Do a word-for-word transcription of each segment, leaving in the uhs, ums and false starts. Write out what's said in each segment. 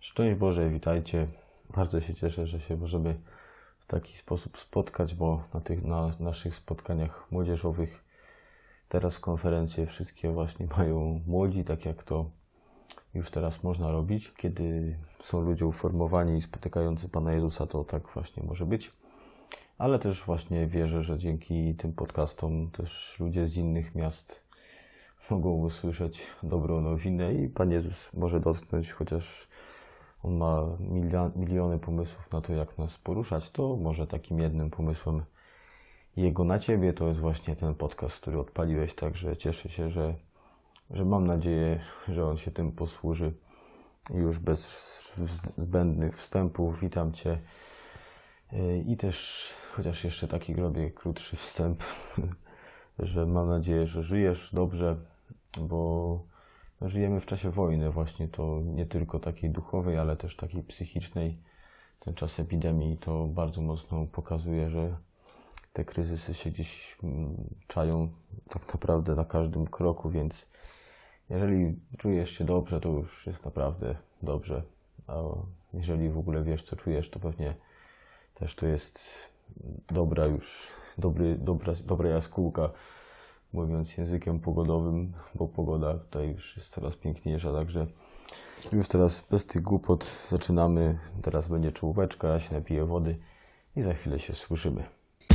Szczęść Boże, witajcie. Bardzo się cieszę, że się możemy w taki sposób spotkać, bo na tych na naszych spotkaniach młodzieżowych teraz konferencje wszystkie właśnie mają młodzi, tak jak to już teraz można robić. Kiedy są ludzie uformowani i spotykający Pana Jezusa, to tak właśnie może być. Ale też właśnie wierzę, że dzięki tym podcastom też ludzie z innych miast mogą usłyszeć dobrą nowinę i Pan Jezus może dotknąć, chociaż On ma miliony pomysłów na to, jak nas poruszać, to może takim jednym pomysłem Jego na Ciebie to jest właśnie ten podcast, który odpaliłeś, także cieszę się, że, że mam nadzieję, że on się tym posłuży. I już bez zbędnych wstępów witam Cię i też, chociaż jeszcze taki robię krótszy wstęp, że mam nadzieję, że żyjesz dobrze, bo żyjemy w czasie wojny właśnie, to nie tylko takiej duchowej, ale też takiej psychicznej. Ten czas epidemii to bardzo mocno pokazuje, że te kryzysy się gdzieś czają tak naprawdę na każdym kroku, więc jeżeli czujesz się dobrze, to już jest naprawdę dobrze. A jeżeli w ogóle wiesz, co czujesz, to pewnie też to jest dobra już, dobry, dobra, dobra jaskółka, mówiąc językiem pogodowym, bo pogoda tutaj już jest coraz piękniejsza, także już teraz bez tych głupot zaczynamy. Teraz będzie czołóweczka, ja się napiję wody i za chwilę się słyszymy.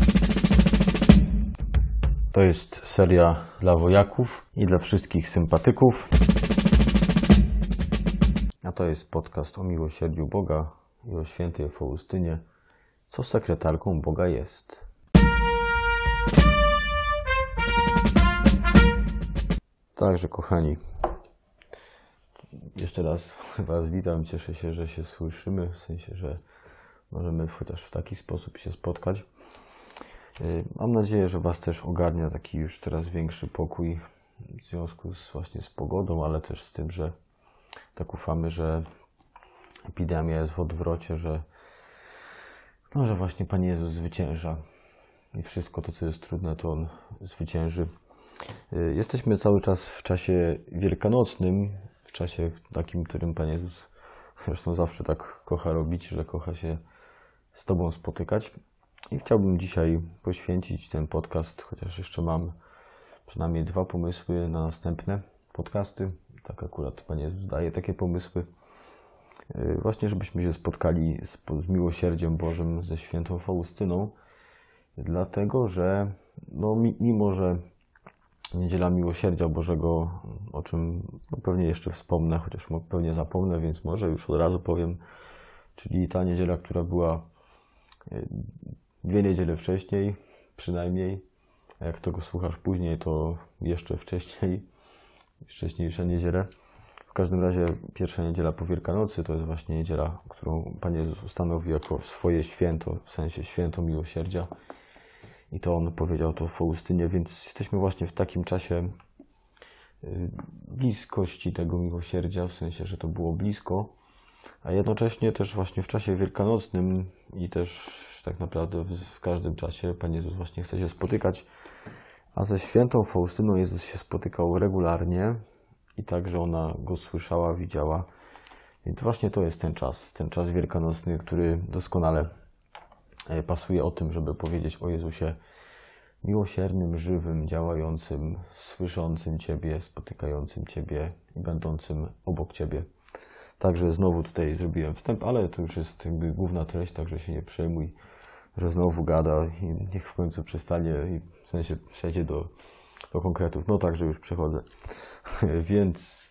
To jest seria dla wojaków i dla wszystkich sympatyków. A to jest podcast o miłosierdziu Boga i o świętej Faustynie, co sekretarką Boga jest. Także kochani, jeszcze raz Was witam, cieszę się, że się słyszymy, w sensie, że możemy chociaż w taki sposób się spotkać. Mam nadzieję, że Was też ogarnia taki już coraz większy pokój w związku z, właśnie z pogodą, ale też z tym, że tak ufamy, że epidemia jest w odwrocie, że, no, że właśnie Pan Jezus zwycięża i wszystko to, co jest trudne, to On zwycięży. Jesteśmy cały czas w czasie wielkanocnym, w czasie takim, którym Pan Jezus zresztą zawsze tak kocha robić, że kocha się z Tobą spotykać. I chciałbym dzisiaj poświęcić ten podcast, chociaż jeszcze mam przynajmniej dwa pomysły na następne podcasty. Tak akurat Pan Jezus daje takie pomysły. Właśnie, żebyśmy się spotkali z, z miłosierdziem Bożym ze świętą Faustyną, dlatego że no, mimo, że Niedziela Miłosierdzia Bożego, o czym no pewnie jeszcze wspomnę, chociaż pewnie zapomnę, więc może już od razu powiem, czyli ta niedziela, która była dwie niedziele wcześniej, przynajmniej, a jak tego słuchasz później, to jeszcze wcześniej, wcześniejsze niedziele. W każdym razie pierwsza niedziela po Wielkanocy to jest właśnie niedziela, którą Pan Jezus ustanowił jako swoje święto, w sensie święto miłosierdzia. I to On powiedział to Faustynie, więc jesteśmy właśnie w takim czasie bliskości tego miłosierdzia, w sensie, że to było blisko, a jednocześnie też właśnie w czasie wielkanocnym i też tak naprawdę w każdym czasie Pan Jezus właśnie chce się spotykać, a ze świętą Faustyną Jezus się spotykał regularnie i także ona Go słyszała, widziała. Więc właśnie to jest ten czas, ten czas wielkanocny, który doskonale pasuje o tym, żeby powiedzieć o Jezusie miłosiernym, żywym, działającym, słyszącym Ciebie, spotykającym Ciebie i będącym obok Ciebie. Także znowu tutaj zrobiłem wstęp, ale to już jest jakby główna treść, także się nie przejmuj, że znowu gada i niech w końcu przestanie i w sensie przejdzie do, do konkretów. No także już przechodzę. Więc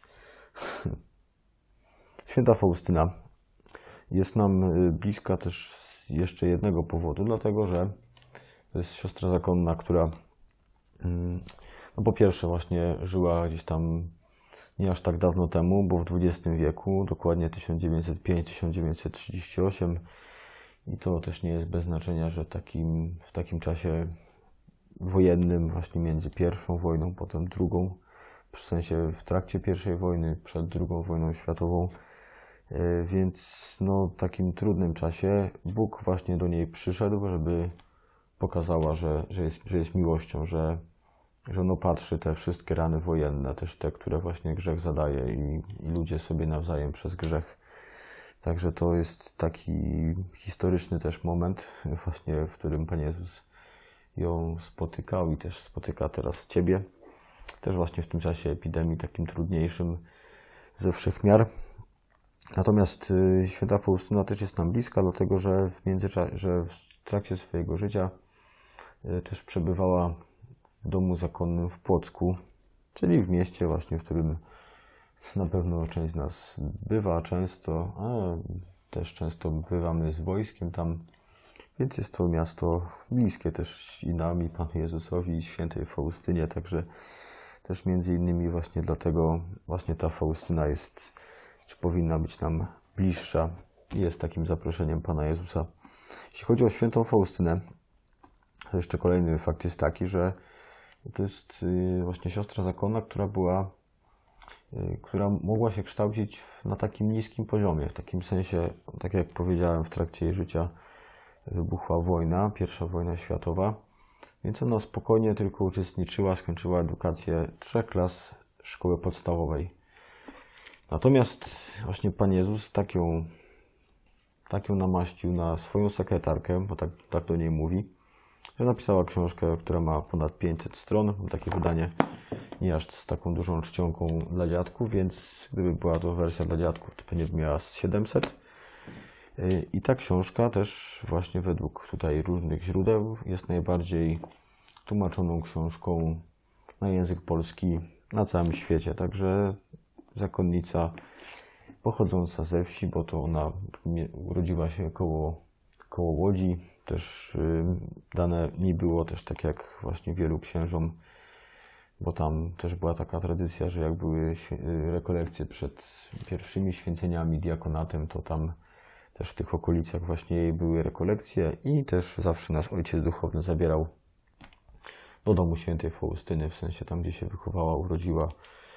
święta Faustyna jest nam bliska też z jeszcze jednego powodu, dlatego że to jest siostra zakonna, która no po pierwsze właśnie żyła gdzieś tam nie aż tak dawno temu, bo w dwudziestym wieku, dokładnie tysiąc dziewięćset piąty do tysiąc dziewięćset trzydziestego ósmego, i to też nie jest bez znaczenia, że takim, w takim czasie wojennym, właśnie między pierwszą wojną, potem drugą, w sensie w trakcie pierwszej wojny, przed drugą wojną światową, więc no takim trudnym czasie Bóg właśnie do niej przyszedł, żeby pokazała, że, że, jest, że jest miłością, że, że on opatrzy te wszystkie rany wojenne, też te, które właśnie grzech zadaje i, i ludzie sobie nawzajem przez grzech Także to jest taki historyczny też moment, właśnie w którym Pan Jezus ją spotykał i też spotyka teraz Ciebie. Też właśnie w tym czasie epidemii, takim trudniejszym ze wszech miar. Natomiast święta Faustyna też jest nam bliska, dlatego że w międzyczasie, że w trakcie swojego życia też przebywała w domu zakonnym w Płocku, czyli w mieście właśnie, w którym na pewno część z nas bywa często, a też często bywamy z wojskiem tam, więc jest to miasto bliskie też i nam, i Panu Jezusowi, i świętej Faustynie, także też między innymi właśnie dlatego właśnie ta Faustyna jest, czy powinna być nam bliższa i jest takim zaproszeniem Pana Jezusa. Jeśli chodzi o świętą Faustynę, to jeszcze kolejny fakt jest taki, że to jest właśnie siostra zakonna, która była, która mogła się kształcić na takim niskim poziomie, w takim sensie, tak jak powiedziałem, w trakcie jej życia wybuchła wojna, pierwsza wojna światowa, więc ona spokojnie tylko uczestniczyła, skończyła edukację trzech klas szkoły podstawowej. Natomiast właśnie Pan Jezus tak ją, tak ją namaścił na swoją sekretarkę, bo tak, tak do niej mówi, że napisała książkę, która ma ponad pięćset stron, takie wydanie nie aż z taką dużą czcionką dla dziadków, więc gdyby była to wersja dla dziadków, to pewnie by miała z siedemset. I ta książka też właśnie według tutaj różnych źródeł jest najbardziej tłumaczoną książką na język polski na całym świecie. Także zakonnica pochodząca ze wsi, bo to ona urodziła się koło, koło Łodzi. Też dane mi było też tak jak właśnie wielu księżom, bo tam też była taka tradycja, że jak były rekolekcje przed pierwszymi święceniami, diakonatem, to tam też w tych okolicach właśnie były rekolekcje i też zawsze nas ojciec duchowny zabierał do domu świętej Faustyny, w sensie tam, gdzie się wychowała, urodziła.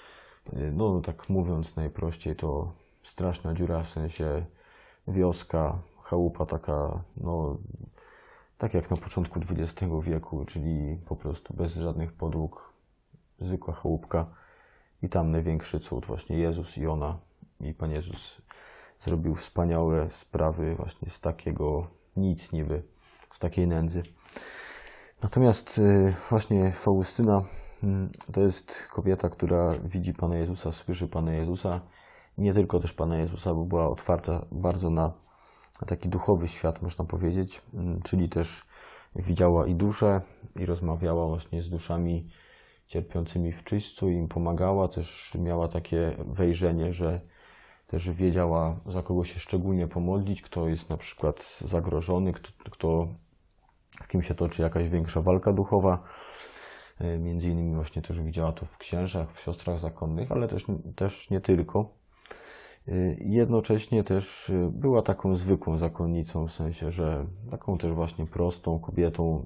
No tak mówiąc najprościej, to straszna dziura, w sensie wioska, chałupa taka, no tak jak na początku dwudziestego wieku, czyli po prostu bez żadnych podłóg, zwykła chałupka i tam największy cud, właśnie Jezus i ona, i Pan Jezus zrobił wspaniałe sprawy właśnie z takiego nic niby, z takiej nędzy. Natomiast właśnie Faustyna to jest kobieta, która widzi Pana Jezusa, słyszy Pana Jezusa, nie tylko też Pana Jezusa, bo była otwarta bardzo na taki duchowy świat, można powiedzieć, czyli też widziała i dusze, i rozmawiała właśnie z duszami cierpiącymi w czyśćcu, im pomagała, też miała takie wejrzenie, że też wiedziała, za kogo się szczególnie pomodlić, kto jest na przykład zagrożony, kto, kto w kim się toczy jakaś większa walka duchowa. Między innymi właśnie też widziała to w księżach, w siostrach zakonnych, ale też, też nie tylko. Jednocześnie też była taką zwykłą zakonnicą, w sensie, że taką też właśnie prostą kobietą.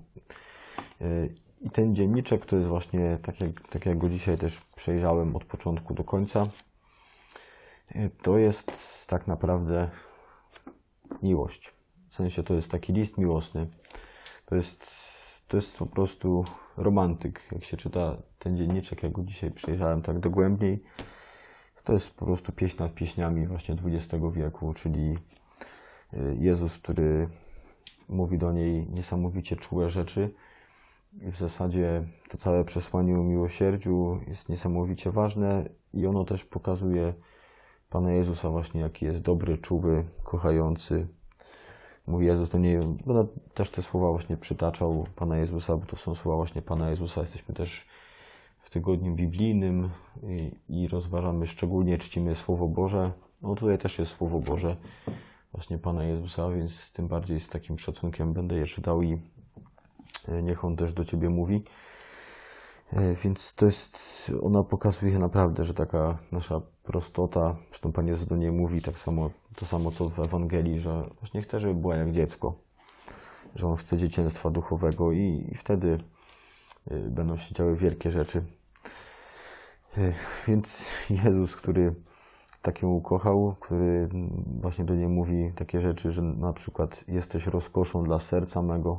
I ten dzienniczek to jest właśnie, tak jak, tak jak go dzisiaj też przejrzałem od początku do końca, to jest tak naprawdę miłość. W sensie to jest taki list miłosny. To jest, to jest po prostu romantyk. Jak się czyta ten dzienniczek, jak go dzisiaj przejrzałem tak dogłębniej, to jest po prostu pieśń nad pieśniami właśnie dwudziestego wieku, czyli Jezus, który mówi do niej niesamowicie czułe rzeczy. I w zasadzie to całe przesłanie o miłosierdziu jest niesamowicie ważne i ono też pokazuje Pana Jezusa właśnie, jaki jest dobry, czuły, kochający. Mówi Jezus do niej, bo też te słowa właśnie przytaczał Pana Jezusa, bo to są słowa właśnie Pana Jezusa. Jesteśmy też w tygodniu biblijnym i, i rozważamy, szczególnie czcimy Słowo Boże. No tutaj też jest Słowo Boże właśnie Pana Jezusa, więc tym bardziej z takim szacunkiem będę je czytał i niech On też do Ciebie mówi. Więc to jest, ona pokazuje naprawdę, że taka nasza prostota, zresztą Pan Jezus do niej mówi tak samo, to samo co w Ewangelii, że właśnie chce, żeby była jak dziecko, że On chce dzieciństwa duchowego i, i wtedy będą się działy wielkie rzeczy. Więc Jezus, który tak ją ukochał, który właśnie do niej mówi takie rzeczy, że na przykład jesteś rozkoszą dla serca mego,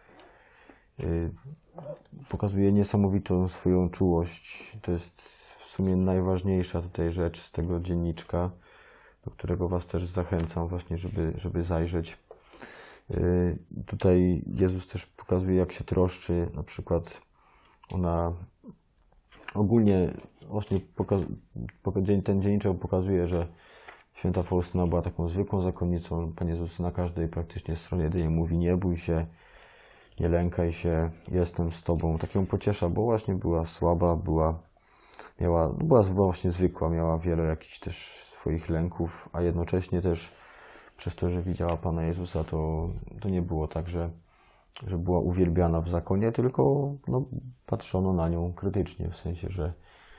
pokazuje niesamowitą swoją czułość. To jest w sumie najważniejsza tutaj rzecz z tego dzienniczka, do którego Was też zachęcam właśnie, żeby, żeby zajrzeć. Yy, tutaj Jezus też pokazuje, jak się troszczy, na przykład ona ogólnie właśnie pokaz, ten dzienniczek pokazuje, że święta Faustyna była taką zwykłą zakonnicą. Pan Jezus na każdej praktycznie stronie jedynie mówi: nie bój się, nie lękaj się, jestem z Tobą. Tak ją pociesza, bo właśnie była słaba, była, miała, była właśnie zwykła, miała wiele jakichś też swoich lęków, a jednocześnie też przez to, że widziała Pana Jezusa, to, to nie było tak, że, że była uwielbiana w zakonie, tylko no, patrzono na nią krytycznie, w sensie, że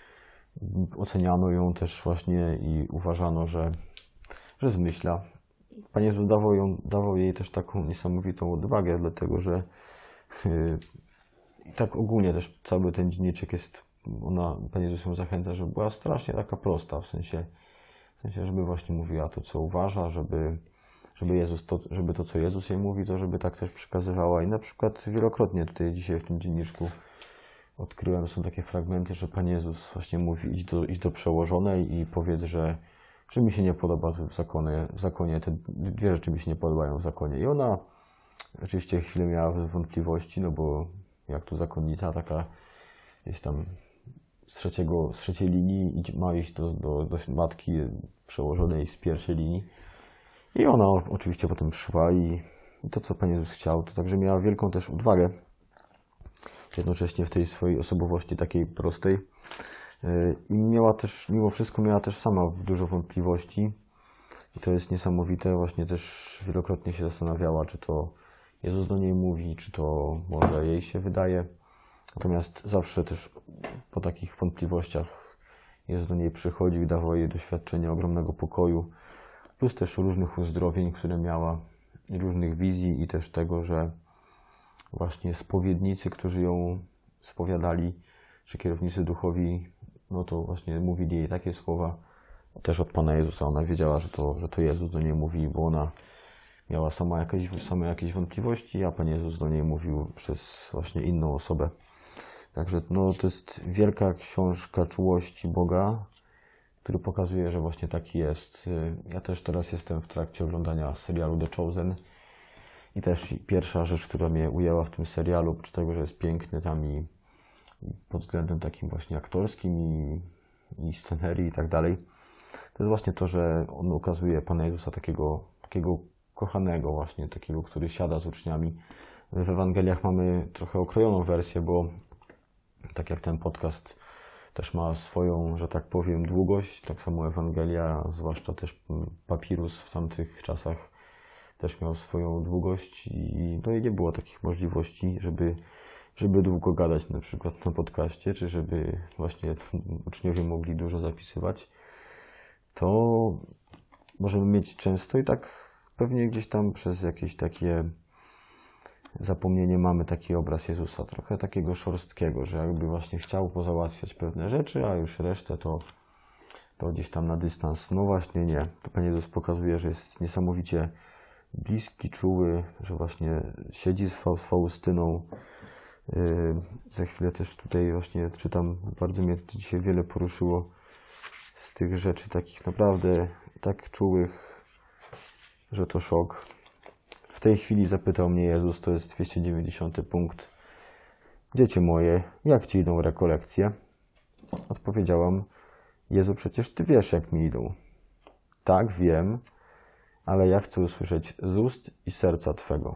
oceniano ją też właśnie i uważano, że, że zmyśla. Pan Jezus dawał, ją, dawał jej też taką niesamowitą odwagę, dlatego że yy, i tak ogólnie też cały ten dzienniczek jest, ona, Pan Jezus ją zachęca, żeby była strasznie taka prosta, w sensie, w sensie, żeby właśnie mówiła to, co uważa, żeby, żeby, Jezus to, żeby to, co Jezus jej mówi, to żeby tak też przekazywała. I na przykład wielokrotnie tutaj dzisiaj w tym dzienniczku odkryłem, są takie fragmenty, że Pan Jezus właśnie mówi: idź do, idź do przełożonej i powiedz, że, że mi się nie podoba w zakonie, w zakonie, te dwie rzeczy mi się nie podobają w zakonie. I ona oczywiście chwilę miała wątpliwości, no bo jak tu zakonnica taka gdzieś tam z, trzeciego, z trzeciej linii ma iść do, do, do matki przełożonej z pierwszej linii. I ona oczywiście potem szła i, i to, co Pan Jezus chciał, to także miała wielką też odwagę, jednocześnie w tej swojej osobowości takiej prostej. I miała też, mimo wszystko miała też sama dużo wątpliwości. I to jest niesamowite. Właśnie też wielokrotnie się zastanawiała, czy to Jezus do niej mówi, czy to może jej się wydaje. Natomiast zawsze też po takich wątpliwościach Jezus do niej przychodził i dawał jej doświadczenie ogromnego pokoju, plus też różnych uzdrowień, które miała, i różnych wizji, i też tego, że właśnie spowiednicy, którzy ją spowiadali, czy kierownicy duchowi, no to właśnie mówili jej takie słowa też od Pana Jezusa. Ona wiedziała, że to, że to Jezus do niej mówi, bo ona miała sama jakieś, same jakieś wątpliwości, a Pan Jezus do niej mówił przez właśnie inną osobę. Także no, to jest wielka książka czułości Boga, który pokazuje, że właśnie taki jest. Ja też teraz jestem w trakcie oglądania serialu The Chosen. I też pierwsza rzecz, która mnie ujęła w tym serialu, oprócz tego, że jest piękny tam i pod względem takim właśnie aktorskim i, i scenerii i tak dalej, to jest właśnie to, że on ukazuje Pana Jezusa takiego, takiego kochanego właśnie, takiego, który siada z uczniami. W Ewangeliach mamy trochę okrojoną wersję, bo tak jak ten podcast też ma swoją, że tak powiem, długość, tak samo Ewangelia, zwłaszcza też papirus w tamtych czasach też miał swoją długość i no i nie było takich możliwości, żeby, żeby długo gadać na przykład na podcaście, czy żeby właśnie uczniowie mogli dużo zapisywać. To możemy mieć często i tak pewnie gdzieś tam przez jakieś takie zapomnienie mamy taki obraz Jezusa, trochę takiego szorstkiego, że jakby właśnie chciał pozałatwiać pewne rzeczy, a już resztę to, to gdzieś tam na dystans. No właśnie nie. To Pan Jezus pokazuje, że jest niesamowicie bliski, czuły, że właśnie siedzi z, Fa z Faustyną. Yy, za chwilę też tutaj właśnie czytam, bardzo mnie dzisiaj wiele poruszyło z tych rzeczy takich naprawdę tak czułych, że to szok. W tej chwili zapytał mnie Jezus, to jest dwieście dziewięćdziesiąty punkt: dziecię moje, jak Ci idą rekolekcje? Odpowiedziałam: Jezu, przecież Ty wiesz, jak mi idą. Tak, wiem, ale ja chcę usłyszeć z ust i serca Twego.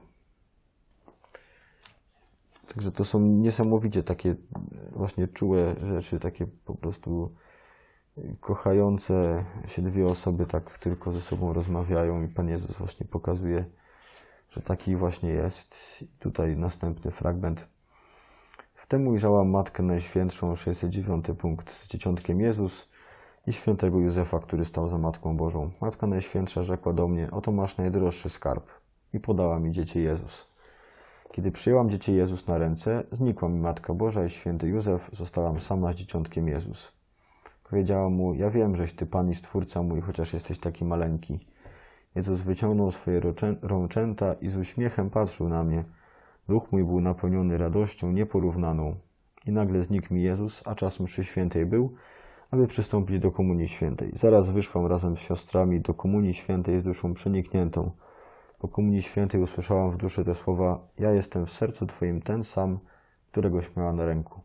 Także to są niesamowicie takie właśnie czułe rzeczy, takie po prostu kochające się dwie osoby tak tylko ze sobą rozmawiają i Pan Jezus właśnie pokazuje, że taki właśnie jest. I tutaj następny fragment. Wtem ujrzałam Matkę Najświętszą, sześćset dziewiąty punkt, z dzieciątkiem Jezus i świętego Józefa, który stał za Matką Bożą. Matka Najświętsza rzekła do mnie: oto masz najdroższy skarb. I podała mi dziecię Jezus. Kiedy przyjęłam dziecię Jezus na ręce, znikła mi Matka Boża i święty Józef, zostałam sama z dzieciątkiem Jezus. Powiedziałam mu: ja wiem, żeś Ty Pan i Stwórca mój, chociaż jesteś taki maleńki. Jezus wyciągnął swoje rączęta i z uśmiechem patrzył na mnie. Duch mój był napełniony radością nieporównaną. I nagle znikł mi Jezus, a czas mszy świętej był, aby przystąpić do Komunii Świętej. Zaraz wyszłam razem z siostrami do Komunii Świętej z duszą przenikniętą. Po Komunii Świętej usłyszałam w duszy te słowa: ja jestem w sercu Twoim ten sam, któregoś miała na ręku.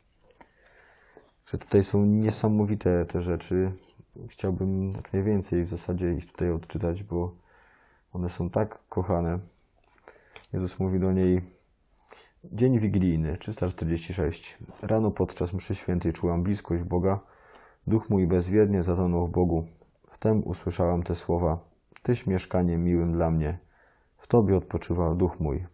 Że tutaj są niesamowite te rzeczy. Chciałbym jak najwięcej w zasadzie ich tutaj odczytać, bo one są tak kochane. Jezus mówi do niej: dzień wigilijny, trzysta czterdzieści sześć. Rano podczas mszy świętej czułam bliskość Boga. Duch mój bezwiednie zatonął w Bogu. Wtem usłyszałam te słowa: Tyś mieszkaniem miłym dla mnie. W Tobie odpoczywa duch mój.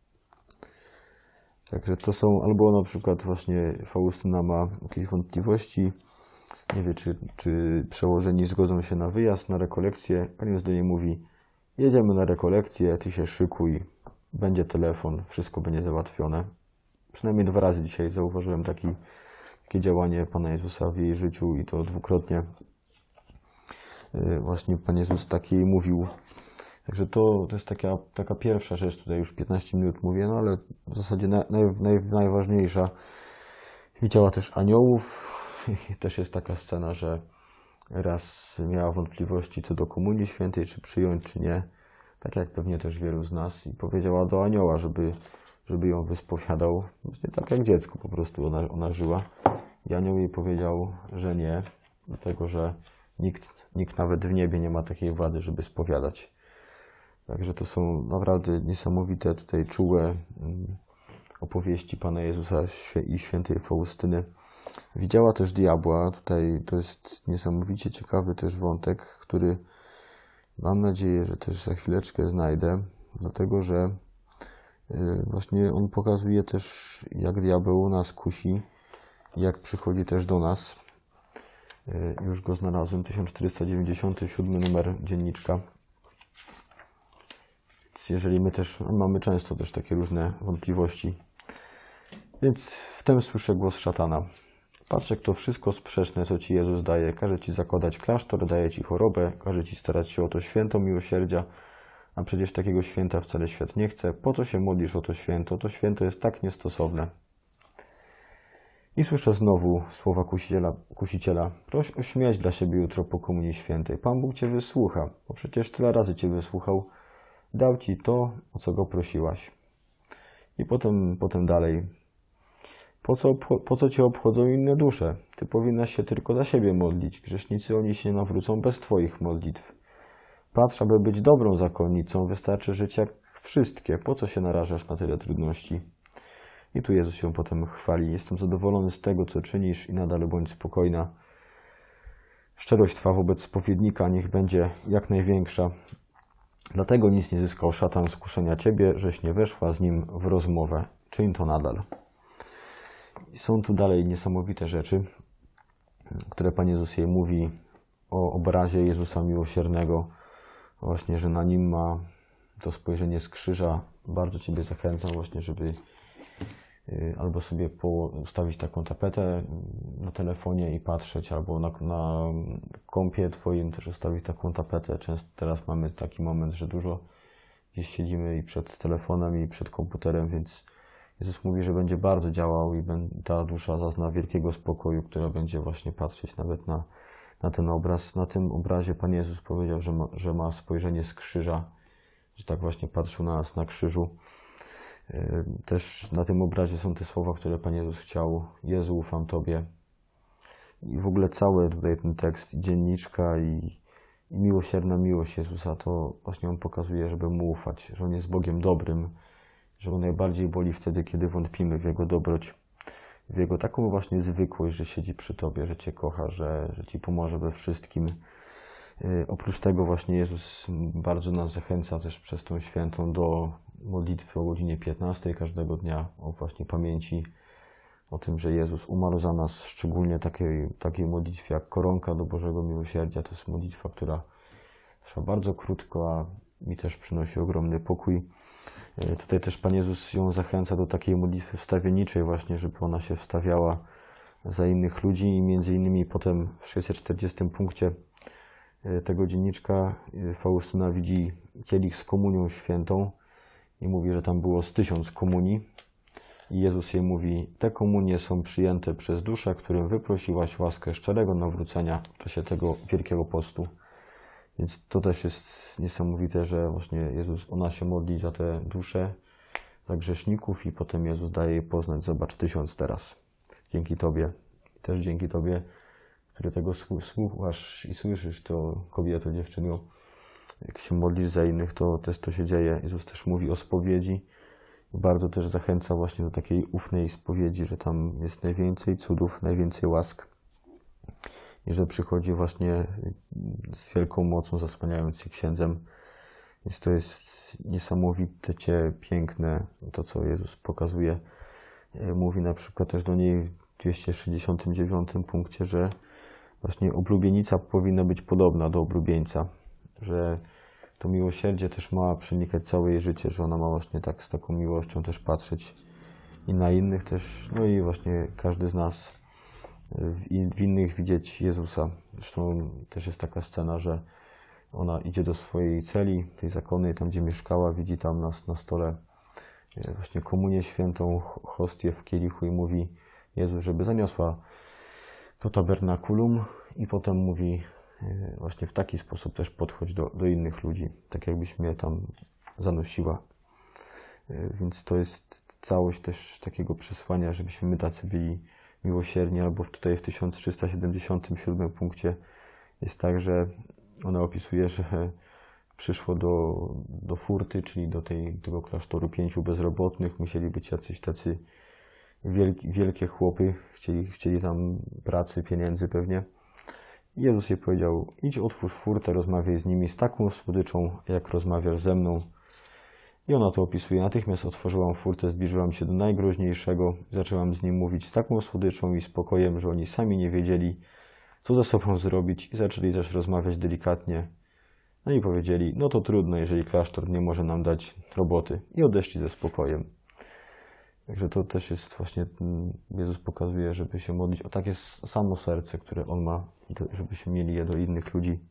Także to są, albo na przykład właśnie Faustyna ma jakieś wątpliwości, nie wie, czy, czy przełożeni zgodzą się na wyjazd, na rekolekcję. Pan Jezus do niej mówi: jedziemy na rekolekcję, Ty się szykuj, będzie telefon, wszystko będzie załatwione. Przynajmniej dwa razy dzisiaj zauważyłem taki, takie działanie Pana Jezusa w jej życiu i to dwukrotnie. Właśnie Pan Jezus takiej mówił. Także to, to jest taka, taka pierwsza rzecz, tutaj już piętnaście minut mówię, no ale w zasadzie naj, naj, najważniejsza. Widziała też aniołów. I też jest taka scena, że raz miała wątpliwości co do Komunii Świętej, czy przyjąć, czy nie. Tak jak pewnie też wielu z nas. I powiedziała do anioła, żeby, żeby ją wyspowiadał. Właśnie tak jak dziecko po prostu ona, ona żyła. I anioł jej powiedział, że nie, dlatego że nikt, nikt nawet w niebie nie ma takiej władzy, żeby spowiadać. Także to są naprawdę niesamowite, tutaj czułe opowieści Pana Jezusa i świętej Faustyny. Widziała też diabła. Tutaj to jest niesamowicie ciekawy też wątek, który mam nadzieję, że też za chwileczkę znajdę, dlatego że właśnie on pokazuje też, jak diabeł nas kusi, jak przychodzi też do nas. Już go znalazłem, tysiąc czterysta dziewięćdziesiąty siódmy numer dzienniczka. Jeżeli my też mamy często też takie różne wątpliwości. Więc wtem słyszę głos szatana. Patrz, jak to wszystko sprzeczne, co Ci Jezus daje. Każe Ci zakładać klasztor, daje Ci chorobę, każe Ci starać się o to święto miłosierdzia, a przecież takiego święta wcale świat nie chce. Po co się modlisz o to święto? To święto jest tak niestosowne. I słyszę znowu słowa kusiciela, kusiciela. Proś ośmiać dla siebie jutro po Komunii Świętej. Pan Bóg Cię wysłucha, bo przecież tyle razy Cię wysłuchał. Dał Ci to, o co Go prosiłaś. I potem, potem dalej. Po co, po co Cię obchodzą inne dusze? Ty powinnaś się tylko za siebie modlić. Grzesznicy, oni się nawrócą bez Twoich modlitw. Patrz, aby być dobrą zakonnicą, wystarczy żyć jak wszystkie. Po co się narażasz na tyle trudności? I tu Jezus się potem chwali. Jestem zadowolony z tego, co czynisz i nadal bądź spokojna. Szczerość Twa wobec spowiednika niech będzie jak największa. Dlatego nic nie zyskał szatan z kuszenia Ciebie, żeś nie weszła z nim w rozmowę. Czyń to nadal. I są tu dalej niesamowite rzeczy, które Pan Jezus jej mówi o obrazie Jezusa Miłosiernego. Właśnie, że na nim ma to spojrzenie z krzyża. Bardzo Ciebie zachęcam właśnie, żeby albo sobie ustawić taką tapetę na telefonie i patrzeć, albo na, na kompie Twoim też ustawić taką tapetę. Często teraz mamy taki moment, że dużo gdzieś siedzimy i przed telefonem, i przed komputerem, więc Jezus mówi, że będzie bardzo działał i ta dusza zazna wielkiego spokoju, która będzie właśnie patrzeć nawet na, na ten obraz. Na tym obrazie Pan Jezus powiedział, że ma, że ma spojrzenie z krzyża, że tak właśnie patrzył na nas na krzyżu. Też na tym obrazie są te słowa, które Pan Jezus chciał. Jezu, ufam Tobie. I w ogóle cały tutaj ten tekst, dzienniczka i, i miłosierna miłość Jezusa, to właśnie On pokazuje, żeby Mu ufać, że On jest Bogiem dobrym, że On najbardziej boli wtedy, kiedy wątpimy w Jego dobroć, w Jego taką właśnie zwykłość, że siedzi przy Tobie, że Cię kocha, że, że Ci pomoże we wszystkim. Oprócz tego właśnie Jezus bardzo nas zachęca też przez tą świętą do modlitwy o godzinie piętnastej każdego dnia, o właśnie pamięci o tym, że Jezus umarł za nas, szczególnie takiej, takiej modlitwie jak koronka do Bożego Miłosierdzia. To jest modlitwa, która trwa bardzo krótko, a mi też przynosi ogromny pokój. Tutaj też Pan Jezus ją zachęca do takiej modlitwy wstawienniczej właśnie, żeby ona się wstawiała za innych ludzi i między innymi potem w sześćset czterdziestym punkcie tego dzienniczka Faustyna widzi kielich z komunią świętą i mówi, że tam było z tysiąc komunii. I Jezus jej mówi: te komunie są przyjęte przez dusze, którym wyprosiłaś łaskę szczerego nawrócenia w czasie tego Wielkiego Postu. Więc to też jest niesamowite, że właśnie Jezus, ona się modli za te dusze, za grzeszników i potem Jezus daje jej poznać: zobacz, tysiąc teraz. Dzięki Tobie. I też dzięki Tobie, który tego słuchasz i słyszysz, to kobieto, dziewczyno, jak się modlisz za innych, to też to się dzieje. Jezus też mówi o spowiedzi i bardzo też zachęca właśnie do takiej ufnej spowiedzi, że tam jest najwięcej cudów, najwięcej łask i że przychodzi właśnie z wielką mocą, zasłaniając się księdzem. Więc to jest niesamowicie piękne, to co Jezus pokazuje. Mówi na przykład też do niej w dwieście sześćdziesiątym dziewiątym punkcie, że właśnie oblubienica powinna być podobna do oblubieńca, że to miłosierdzie też ma przenikać całe jej życie, że ona ma właśnie tak z taką miłością też patrzeć i na innych też, no i właśnie każdy z nas w, w innych widzieć Jezusa. Zresztą też jest taka scena, że ona idzie do swojej celi, tej zakonnej, tam gdzie mieszkała, widzi tam na, na stole właśnie komunię świętą, hostię w kielichu i mówi Jezu, żeby zaniosła to tabernakulum i potem mówi właśnie w taki sposób też podchodź do, do innych ludzi, tak jakbyś mnie tam zanosiła. Więc to jest całość też takiego przesłania, żebyśmy my tacy byli miłosierni, albo tutaj w tysiąc trzysta siedemdziesiątym siódmym punkcie jest tak, że ona opisuje, że przyszło do, do furty, czyli do tej, tego klasztoru pięciu bezrobotnych, musieli być jacyś tacy wielki, wielkie chłopy, chcieli, chcieli tam pracy, pieniędzy pewnie. I Jezus jej powiedział: idź, otwórz furtę, rozmawiaj z nimi z taką słodyczą, jak rozmawiasz ze mną. I ona to opisuje: natychmiast otworzyłam furtę, zbliżyłam się do najgroźniejszego, zaczęłam z nim mówić z taką słodyczą i spokojem, że oni sami nie wiedzieli, co ze sobą zrobić i zaczęli też rozmawiać delikatnie. No i powiedzieli: no to trudno, jeżeli klasztor nie może nam dać roboty. I odeszli ze spokojem. Także to też jest właśnie, Jezus pokazuje, żeby się modlić o takie samo serce, które On ma, żebyśmy mieli je do innych ludzi.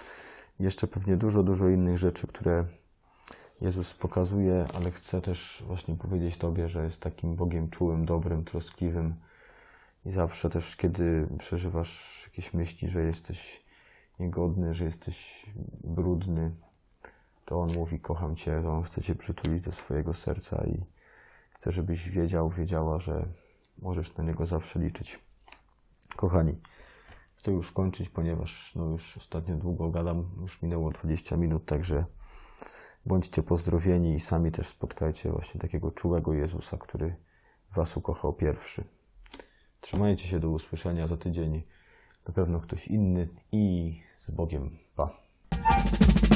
I jeszcze pewnie dużo, dużo innych rzeczy, które Jezus pokazuje, ale chcę też właśnie powiedzieć Tobie, że jest takim Bogiem czułym, dobrym, troskliwym. I zawsze też, kiedy przeżywasz jakieś myśli, że jesteś niegodny, że jesteś brudny, to On mówi: kocham Cię, to On chce Cię przytulić do swojego serca i chcę, żebyś wiedział, wiedziała, że możesz na Niego zawsze liczyć. Kochani, chcę już kończyć, ponieważ no już ostatnio długo gadam, już minęło dwadzieścia minut, także bądźcie pozdrowieni i sami też spotkajcie właśnie takiego czułego Jezusa, który Was ukochał pierwszy. Trzymajcie się, do usłyszenia za tydzień. Na pewno ktoś inny i z Bogiem. Pa!